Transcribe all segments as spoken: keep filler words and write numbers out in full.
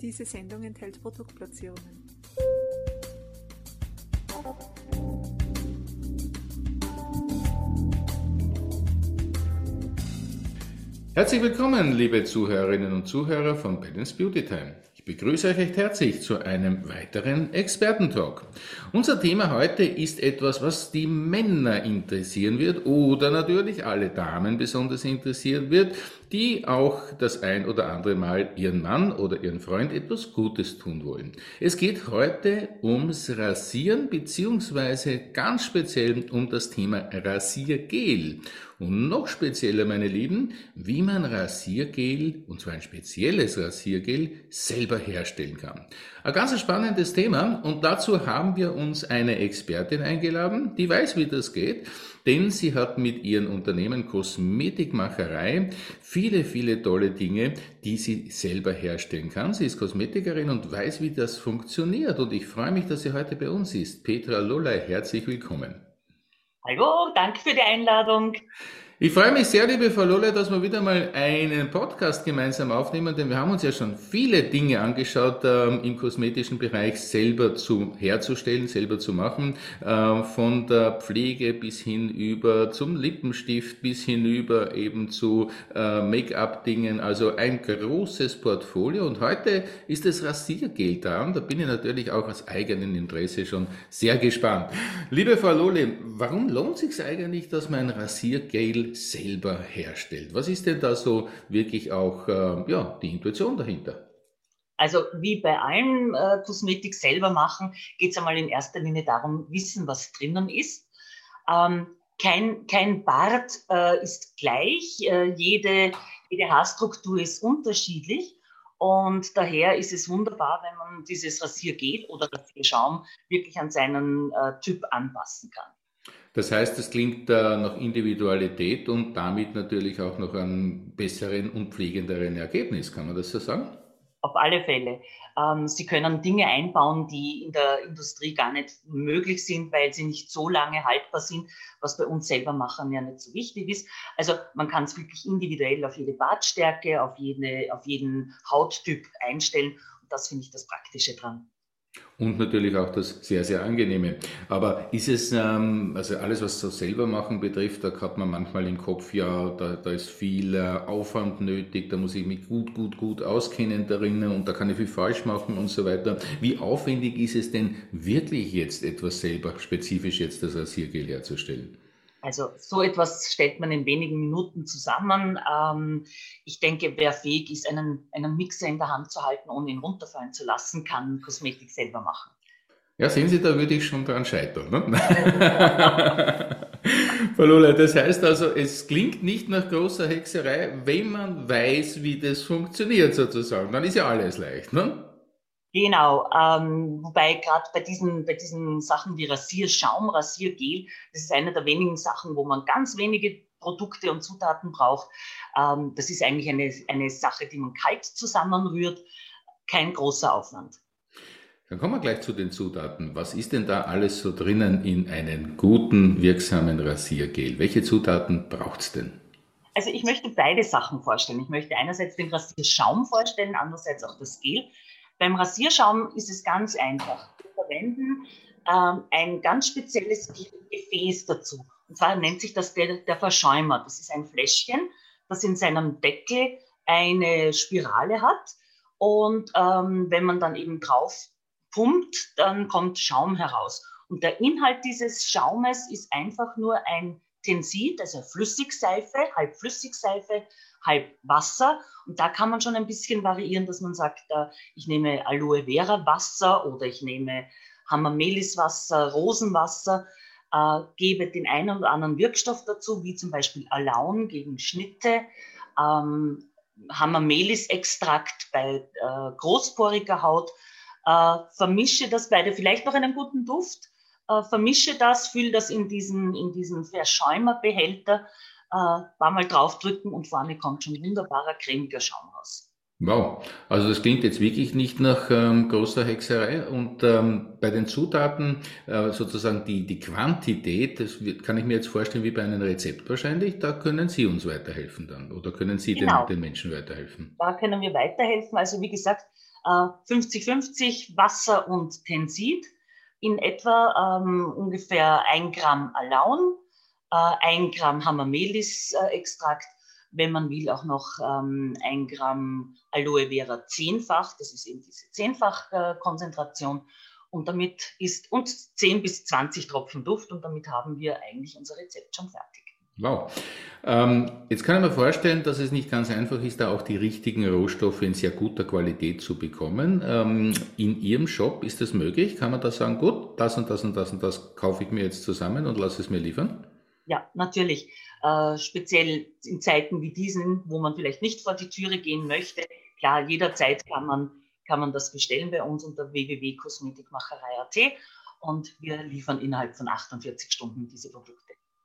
Diese Sendung enthält Produktplatzierungen. Herzlich willkommen, liebe Zuhörerinnen und Zuhörer von Balance Beauty Time. Ich begrüße euch recht herzlich zu einem weiteren Expertentalk. Unser Thema heute ist etwas, was die Männer interessieren wird oder natürlich alle Damen besonders interessieren wird, die auch das ein oder andere Mal ihren Mann oder ihren Freund etwas Gutes tun wollen. Es geht heute ums Rasieren beziehungsweise ganz speziell um das Thema Rasiergel. Und noch spezieller, meine Lieben, wie man Rasiergel, und zwar ein spezielles Rasiergel, selber herstellen kann. Ein ganz spannendes Thema und dazu haben wir uns eine Expertin eingeladen, die weiß, wie das geht, denn sie hat mit ihrem Unternehmen Kosmetikmacherei viele, viele tolle Dinge, die sie selber herstellen kann. Sie ist Kosmetikerin und weiß, wie das funktioniert und ich freue mich, dass sie heute bei uns ist. Petra Lolay, herzlich willkommen. Hallo, danke für die Einladung. Ich freue mich sehr, liebe Frau Lolay, dass wir wieder mal einen Podcast gemeinsam aufnehmen, denn wir haben uns ja schon viele Dinge angeschaut, ähm, im kosmetischen Bereich selber zu herzustellen, selber zu machen, ähm, von der Pflege bis hin über zum Lippenstift, bis hinüber eben zu äh, Make-up-Dingen, also ein großes Portfolio und heute ist das Rasiergel da und da bin ich natürlich auch aus eigenem Interesse schon sehr gespannt. Liebe Frau Lolay, warum lohnt es sich eigentlich, dass man ein Rasiergel selber herstellt? Was ist denn da so wirklich auch äh, ja, die Intuition dahinter? Also wie bei allem äh, Kosmetik selber machen, geht es einmal in erster Linie darum, wissen, was drinnen ist. Ähm, kein, kein Bart äh, ist gleich, äh, jede, jede Haarstruktur ist unterschiedlich und daher ist es wunderbar, wenn man dieses Rasiergel oder Rasierschaum wirklich an seinen äh, Typ anpassen kann. Das heißt, es klingt äh, nach Individualität und damit natürlich auch noch einem besseren und pflegenderen Ergebnis. Kann man das so sagen? Auf alle Fälle. Ähm, Sie können Dinge einbauen, die in der Industrie gar nicht möglich sind, weil sie nicht so lange haltbar sind, was bei uns selber machen ja nicht so wichtig ist. Also man kann es wirklich individuell auf jede Bartstärke, auf, jede, auf jeden Hauttyp einstellen und das finde ich das Praktische dran. Und natürlich auch das sehr, sehr Angenehme. Aber ist es, ähm, also alles, was so selber machen betrifft, da hat man manchmal im Kopf, ja, da, da ist viel äh, Aufwand nötig, da muss ich mich gut, gut, gut auskennen darin und da kann ich viel falsch machen und so weiter. Wie aufwendig ist es denn wirklich jetzt etwas selber, spezifisch jetzt das Rasiergel herzustellen? Also so etwas stellt man in wenigen Minuten zusammen. Ähm, ich denke, wer fähig ist, einen, einen Mixer in der Hand zu halten, ohne ihn runterfallen zu lassen, kann Kosmetik selber machen. Ja, sehen Sie, da würde ich schon dran scheitern. Ne? Frau Lolay, das heißt also, es klingt nicht nach großer Hexerei, wenn man weiß, wie das funktioniert sozusagen. Dann ist ja alles leicht, ne? Genau, ähm, wobei gerade bei diesen, bei diesen Sachen wie Rasierschaum, Rasiergel, das ist eine der wenigen Sachen, wo man ganz wenige Produkte und Zutaten braucht. Ähm, das ist eigentlich eine, eine Sache, die man kalt zusammenrührt, kein großer Aufwand. Dann kommen wir gleich zu den Zutaten. Was ist denn da alles so drinnen in einem guten, wirksamen Rasiergel? Welche Zutaten braucht's denn? Also ich möchte beide Sachen vorstellen. Ich möchte einerseits den Rasierschaum vorstellen, andererseits auch das Gel. Beim Rasierschaum ist es ganz einfach. Wir verwenden ähm, ein ganz spezielles Gefäß dazu. Und zwar nennt sich das der, der Verschäumer. Das ist ein Fläschchen, das in seinem Deckel eine Spirale hat. Und ähm, wenn man dann eben drauf pumpt, dann kommt Schaum heraus. Und der Inhalt dieses Schaumes ist einfach nur ein Tensid, also Flüssigseife, halb Flüssigseife, halb Wasser. Und da kann man schon ein bisschen variieren, dass man sagt, äh, ich nehme Aloe Vera Wasser oder ich nehme Hamamelis Wasser, Rosenwasser, äh, gebe den einen oder anderen Wirkstoff dazu, wie zum Beispiel Alaun gegen Schnitte, ähm, Hamamelis Extrakt bei äh, großporiger Haut, äh, vermische das beide, vielleicht noch einen guten Duft, äh, vermische das, fülle das in diesen, in diesen Verschäumerbehälter, äh, paar Mal draufdrücken und vorne kommt schon wunderbarer, cremiger Schaum raus. Wow, also das klingt jetzt wirklich nicht nach ähm, großer Hexerei und ähm, bei den Zutaten äh, sozusagen die, die Quantität, das wird, kann ich mir jetzt vorstellen wie bei einem Rezept wahrscheinlich, da können Sie uns weiterhelfen dann oder können Sie Genau. den, den Menschen weiterhelfen? Da können wir weiterhelfen. Also wie gesagt, fünfzig fünfzig Wasser und Tensid, in etwa ähm, ungefähr ein Gramm Alaun, äh, ein Gramm Hamamelis-Extrakt, wenn man will auch noch ähm, ein Gramm Aloe Vera zehnfach, das ist eben diese zehnfach-Konzentration. Und damit ist und zehn bis zwanzig Tropfen Duft und damit haben wir eigentlich unser Rezept schon fertig. Wow. Ähm, jetzt kann ich mir vorstellen, dass es nicht ganz einfach ist, da auch die richtigen Rohstoffe in sehr guter Qualität zu bekommen. Ähm, in Ihrem Shop ist das möglich? Kann man da sagen, gut, das und das und das und das kaufe ich mir jetzt zusammen und lasse es mir liefern? Ja, natürlich. Äh, speziell in Zeiten wie diesen, wo man vielleicht nicht vor die Türe gehen möchte. Klar, jederzeit kann man, kann man das bestellen bei uns unter w w w punkt kosmetikmacherei punkt a t und wir liefern innerhalb von achtundvierzig Stunden diese Produkte.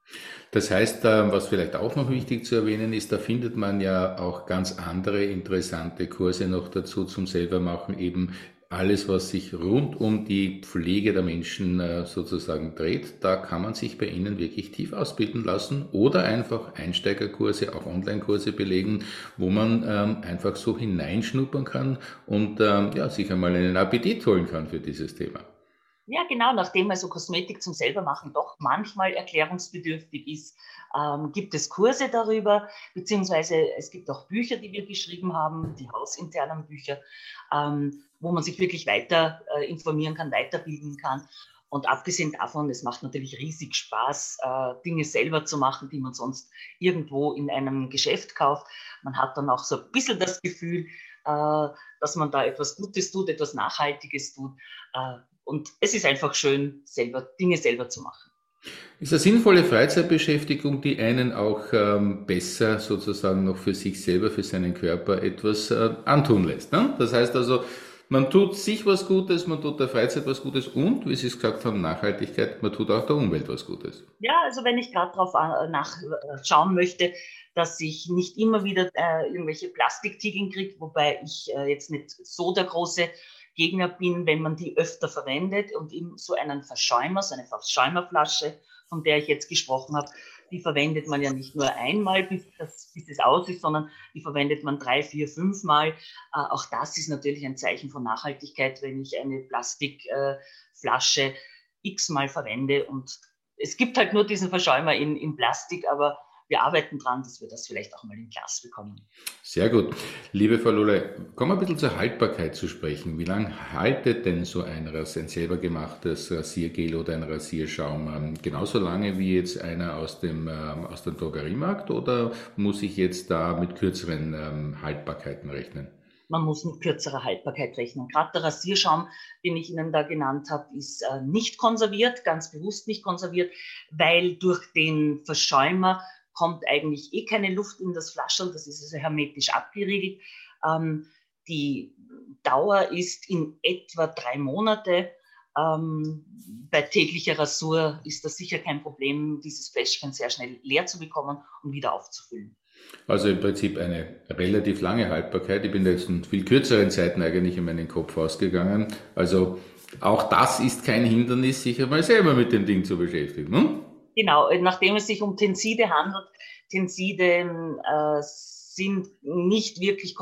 Das heißt, was vielleicht auch noch wichtig zu erwähnen ist, da findet man ja auch ganz andere interessante Kurse noch dazu zum Selbermachen, eben alles, was sich rund um die Pflege der Menschen sozusagen dreht. Da kann man sich bei Ihnen wirklich tief ausbilden lassen oder einfach Einsteigerkurse, auch Online-Kurse belegen, wo man einfach so hineinschnuppern kann und ja, sich einmal einen Appetit holen kann für dieses Thema. Ja, genau, nachdem also Kosmetik zum Selbermachen doch manchmal erklärungsbedürftig ist, ähm, gibt es Kurse darüber, beziehungsweise es gibt auch Bücher, die wir geschrieben haben, die hausinternen Bücher, ähm, wo man sich wirklich weiter äh, informieren kann, weiterbilden kann. Und abgesehen davon, es macht natürlich riesig Spaß, äh, Dinge selber zu machen, die man sonst irgendwo in einem Geschäft kauft. Man hat dann auch so ein bisschen das Gefühl, äh, dass man da etwas Gutes tut, etwas Nachhaltiges tut. Äh, Und es ist einfach schön, selber Dinge selber zu machen. Ist eine sinnvolle Freizeitbeschäftigung, die einen auch ähm, besser sozusagen noch für sich selber, für seinen Körper etwas äh, antun lässt. Ne? Das heißt also, man tut sich was Gutes, man tut der Freizeit was Gutes und, wie Sie es gesagt haben, Nachhaltigkeit, man tut auch der Umwelt was Gutes. Ja, also wenn ich gerade darauf nachschauen möchte, dass ich nicht immer wieder äh, irgendwelche Plastiktiegel kriege, wobei ich äh, jetzt nicht so der große Gegner bin, wenn man die öfter verwendet und eben so einen Verschäumer, so eine Verschäumerflasche, von der ich jetzt gesprochen habe, die verwendet man ja nicht nur einmal, bis, das, bis es aus ist, sondern die verwendet man drei, vier, fünf Mal. Äh, auch das ist natürlich ein Zeichen von Nachhaltigkeit, wenn ich eine Plastikflasche äh, x-mal verwende. Und es gibt halt nur diesen Verschäumer in, in Plastik, aber wir arbeiten dran, dass wir das vielleicht auch mal in Glas bekommen. Sehr gut. Liebe Frau Lohle, kommen wir ein bisschen zur Haltbarkeit zu sprechen. Wie lange haltet denn so ein, ein selber gemachtes Rasiergel oder ein Rasierschaum? Genauso lange wie jetzt einer aus dem, aus dem Drogeriemarkt oder muss ich jetzt da mit kürzeren ähm, Haltbarkeiten rechnen? Man muss mit kürzerer Haltbarkeit rechnen. Gerade der Rasierschaum, den ich Ihnen da genannt habe, ist äh, nicht konserviert, ganz bewusst nicht konserviert, weil durch den Verschäumer kommt eigentlich eh keine Luft in das Fläschchen, das ist also hermetisch abgeriegelt. Ähm, die Dauer ist in etwa drei Monate. Ähm, bei täglicher Rasur ist das sicher kein Problem, dieses Fläschchen sehr schnell leer zu bekommen und wieder aufzufüllen. Also im Prinzip eine relativ lange Haltbarkeit. Ich bin jetzt in viel kürzeren Zeiten eigentlich in meinen Kopf ausgegangen. Also auch das ist kein Hindernis, sich einmal selber mit dem Ding zu beschäftigen. Hm? Genau, nachdem es sich um Tenside handelt, Tenside äh, sind nicht wirklich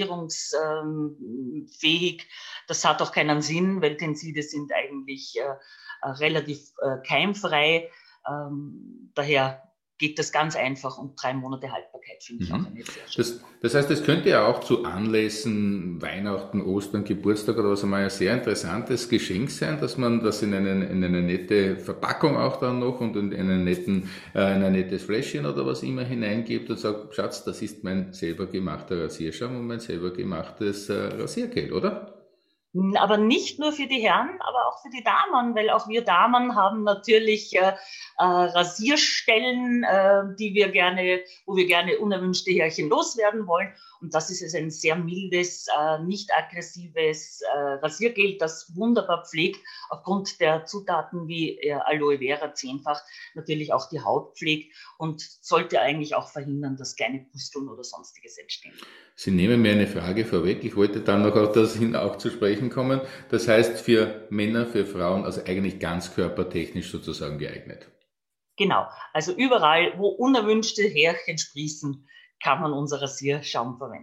konservierungsfähig. Das hat auch keinen Sinn, weil Tenside sind eigentlich äh, relativ äh, keimfrei. Ähm, daher geht das ganz einfach und drei Monate Haltbarkeit finde ich mhm. auch eine sehr schön. Das, das heißt, es könnte ja auch zu Anlässen, Weihnachten, Ostern, Geburtstag oder was einmal ein sehr interessantes Geschenk sein, dass man das in, einen, in eine nette Verpackung auch dann noch und in, einen netten, äh, in ein nettes Fläschchen oder was immer hineingibt und sagt, Schatz, das ist mein selber gemachter Rasierschaum und mein selber gemachtes äh, Rasiergel, oder? Aber nicht nur für die Herren, aber auch für die Damen, weil auch wir Damen haben natürlich äh, äh, Rasierstellen, äh, die wir gerne, wo wir gerne unerwünschte Härchen loswerden wollen. Und das ist jetzt ein sehr mildes, äh, nicht aggressives äh, Rasiergel, das wunderbar pflegt, aufgrund der Zutaten wie äh, Aloe Vera zehnfach natürlich auch die Haut pflegt und sollte eigentlich auch verhindern, dass kleine Pusteln oder sonstiges entstehen. Sie nehmen mir eine Frage vorweg. Ich wollte dann noch auf das hin auch zu sprechen kommen. Das heißt für Männer, für Frauen, also eigentlich ganz körpertechnisch sozusagen geeignet. Genau. Also überall, wo unerwünschte Härchen sprießen, kann man unser Rasierschaum verwenden.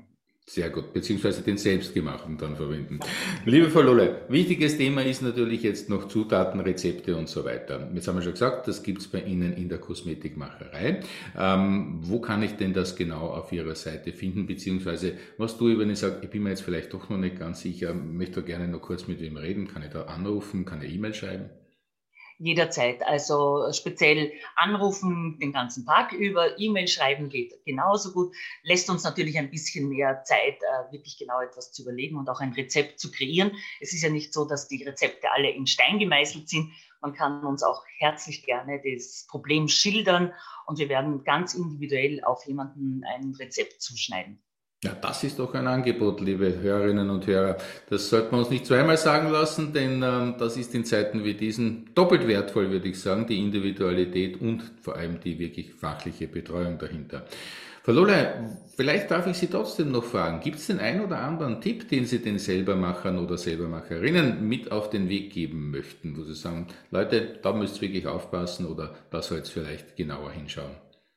Sehr gut, beziehungsweise den selbstgemachten dann verwenden. Liebe Frau Lohle, wichtiges Thema ist natürlich jetzt noch Zutaten, Rezepte und so weiter. Jetzt haben wir schon gesagt, das gibt's bei Ihnen in der Kosmetikmacherei. Ähm, wo kann ich denn das genau auf Ihrer Seite finden, beziehungsweise was tue ich, wenn ich sage, ich bin mir jetzt vielleicht doch noch nicht ganz sicher, möchte da gerne noch kurz mit wem reden, kann ich da anrufen, kann ich E-Mail schreiben? Jederzeit, also speziell anrufen den ganzen Tag über, E-Mail schreiben geht genauso gut, lässt uns natürlich ein bisschen mehr Zeit, äh, wirklich genau etwas zu überlegen und auch ein Rezept zu kreieren. Es ist ja nicht so, dass die Rezepte alle in Stein gemeißelt sind. Man kann uns auch herzlich gerne das Problem schildern und wir werden ganz individuell auf jemanden ein Rezept zuschneiden. Ja, das ist doch ein Angebot, liebe Hörerinnen und Hörer. Das sollten wir uns nicht zweimal sagen lassen, denn ähm, das ist in Zeiten wie diesen doppelt wertvoll, würde ich sagen, die Individualität und vor allem die wirklich fachliche Betreuung dahinter. Frau Lohle, vielleicht darf ich Sie trotzdem noch fragen, gibt es den einen oder anderen Tipp, den Sie den Selbermachern oder Selbermacherinnen mit auf den Weg geben möchten, wo Sie sagen, Leute, da müsst ihr wirklich aufpassen oder da soll es vielleicht genauer hinschauen?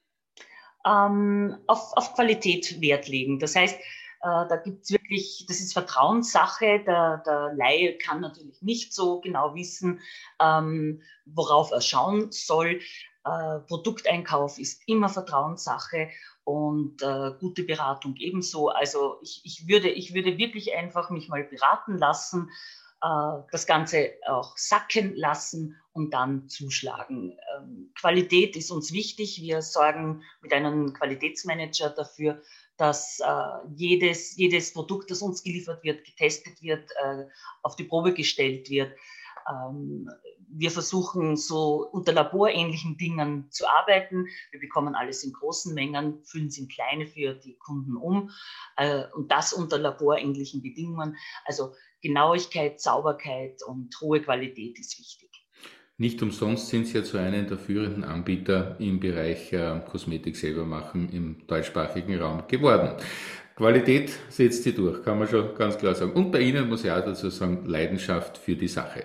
Ähm, auf, auf Qualität Wert legen. Das heißt, äh, da gibt's wirklich, das ist Vertrauenssache. Der, der Laie kann natürlich nicht so genau wissen, ähm, worauf er schauen soll. Äh, Produkteinkauf ist immer Vertrauenssache und äh, gute Beratung ebenso. Also ich, ich, würde, ich würde wirklich einfach mich mal beraten lassen, das Ganze auch sacken lassen und dann zuschlagen. Qualität ist uns wichtig. Wir sorgen mit einem Qualitätsmanager dafür, dass jedes, jedes Produkt, das uns geliefert wird, getestet wird, auf die Probe gestellt wird. Wir versuchen so unter laborähnlichen Dingen zu arbeiten. Wir bekommen alles in großen Mengen, füllen es in kleine für die Kunden um und das unter laborähnlichen Bedingungen. Also Genauigkeit, Sauberkeit und hohe Qualität ist wichtig. Nicht umsonst sind Sie ja zu einem der führenden Anbieter im Bereich äh, Kosmetik selber machen im deutschsprachigen Raum geworden. Qualität setzt Sie durch, kann man schon ganz klar sagen. Und bei Ihnen muss ich auch dazu sagen, Leidenschaft für die Sache.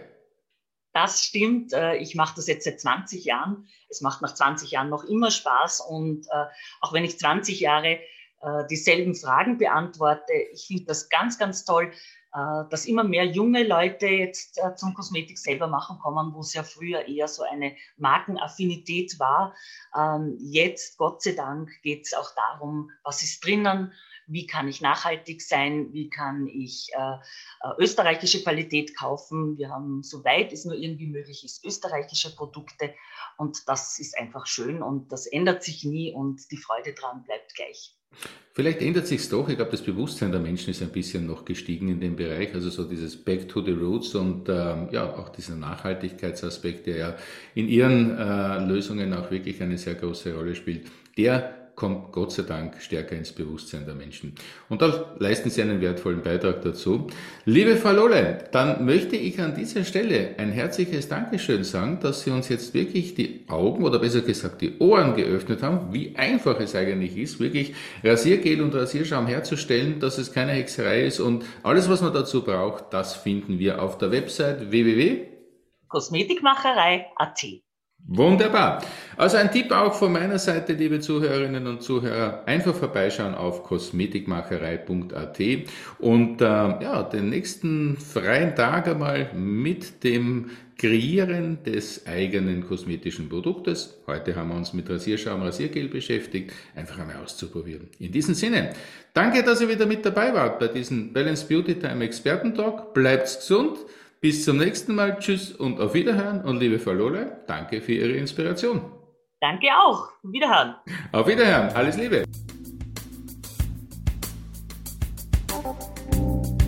Das stimmt. Ich mache das jetzt seit zwanzig Jahren. Es macht nach zwanzig Jahren noch immer Spaß. Und äh, auch wenn ich zwanzig Jahre äh, dieselben Fragen beantworte, ich finde das ganz, ganz toll, dass immer mehr junge Leute jetzt äh, zum Kosmetik selber machen kommen, wo es ja früher eher so eine Markenaffinität war. Ähm, jetzt, Gott sei Dank, geht es auch darum, was ist drinnen, wie kann ich nachhaltig sein, wie kann ich äh, äh, österreichische Qualität kaufen. Wir haben, soweit es nur irgendwie möglich ist, österreichische Produkte und das ist einfach schön und das ändert sich nie und die Freude dran bleibt gleich. Vielleicht ändert sich's doch. Ich glaube, das Bewusstsein der Menschen ist ein bisschen noch gestiegen in dem Bereich. Also so dieses Back to the Roots und ähm, ja auch dieser Nachhaltigkeitsaspekt, der ja in Ihren äh, Lösungen auch wirklich eine sehr große Rolle spielt, der kommt Gott sei Dank stärker ins Bewusstsein der Menschen. Und da leisten Sie einen wertvollen Beitrag dazu. Liebe Frau Lohle, dann möchte ich an dieser Stelle ein herzliches Dankeschön sagen, dass Sie uns jetzt wirklich die Augen oder besser gesagt die Ohren geöffnet haben, wie einfach es eigentlich ist, wirklich Rasiergel und Rasierschaum herzustellen, dass es keine Hexerei ist und alles, was man dazu braucht, das finden wir auf der Website w w w punkt kosmetikmacherei punkt a t. Wunderbar. Also ein Tipp auch von meiner Seite, liebe Zuhörerinnen und Zuhörer, einfach vorbeischauen auf kosmetikmacherei punkt a t und äh, ja, den nächsten freien Tag einmal mit dem Kreieren des eigenen kosmetischen Produktes. Heute haben wir uns mit Rasierschaum, Rasiergel beschäftigt, einfach einmal auszuprobieren. In diesem Sinne, danke, dass ihr wieder mit dabei wart bei diesem Balance Beauty Time Expertentalk. Bleibt's gesund. Bis zum nächsten Mal. Tschüss und auf Wiederhören. Und liebe Frau Lohle, danke für Ihre Inspiration. Danke auch. Wiederhören. Auf Wiederhören. Alles Liebe.